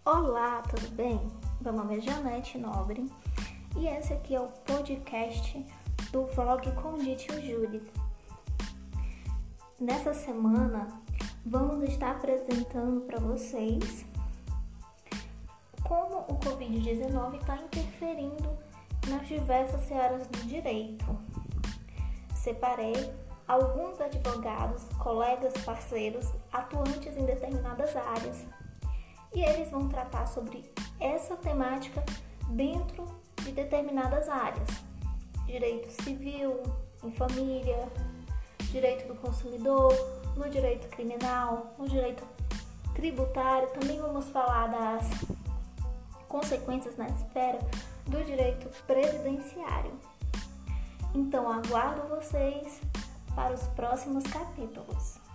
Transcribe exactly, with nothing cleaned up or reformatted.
Olá, tudo bem? Meu nome é Janete Nobre e esse aqui é o podcast do vlog com Dítio Júris. Nessa semana, vamos estar apresentando para vocês como o covid dezenove está interferindo nas diversas searas do direito. Separei alguns advogados, colegas, parceiros, atuantes em determinadas áreas, e eles vão tratar sobre essa temática dentro de determinadas áreas. Direito civil, em família, direito do consumidor, no direito criminal, no direito tributário. Também vamos falar das consequências na esfera do direito previdenciário. Então, aguardo vocês para os próximos capítulos.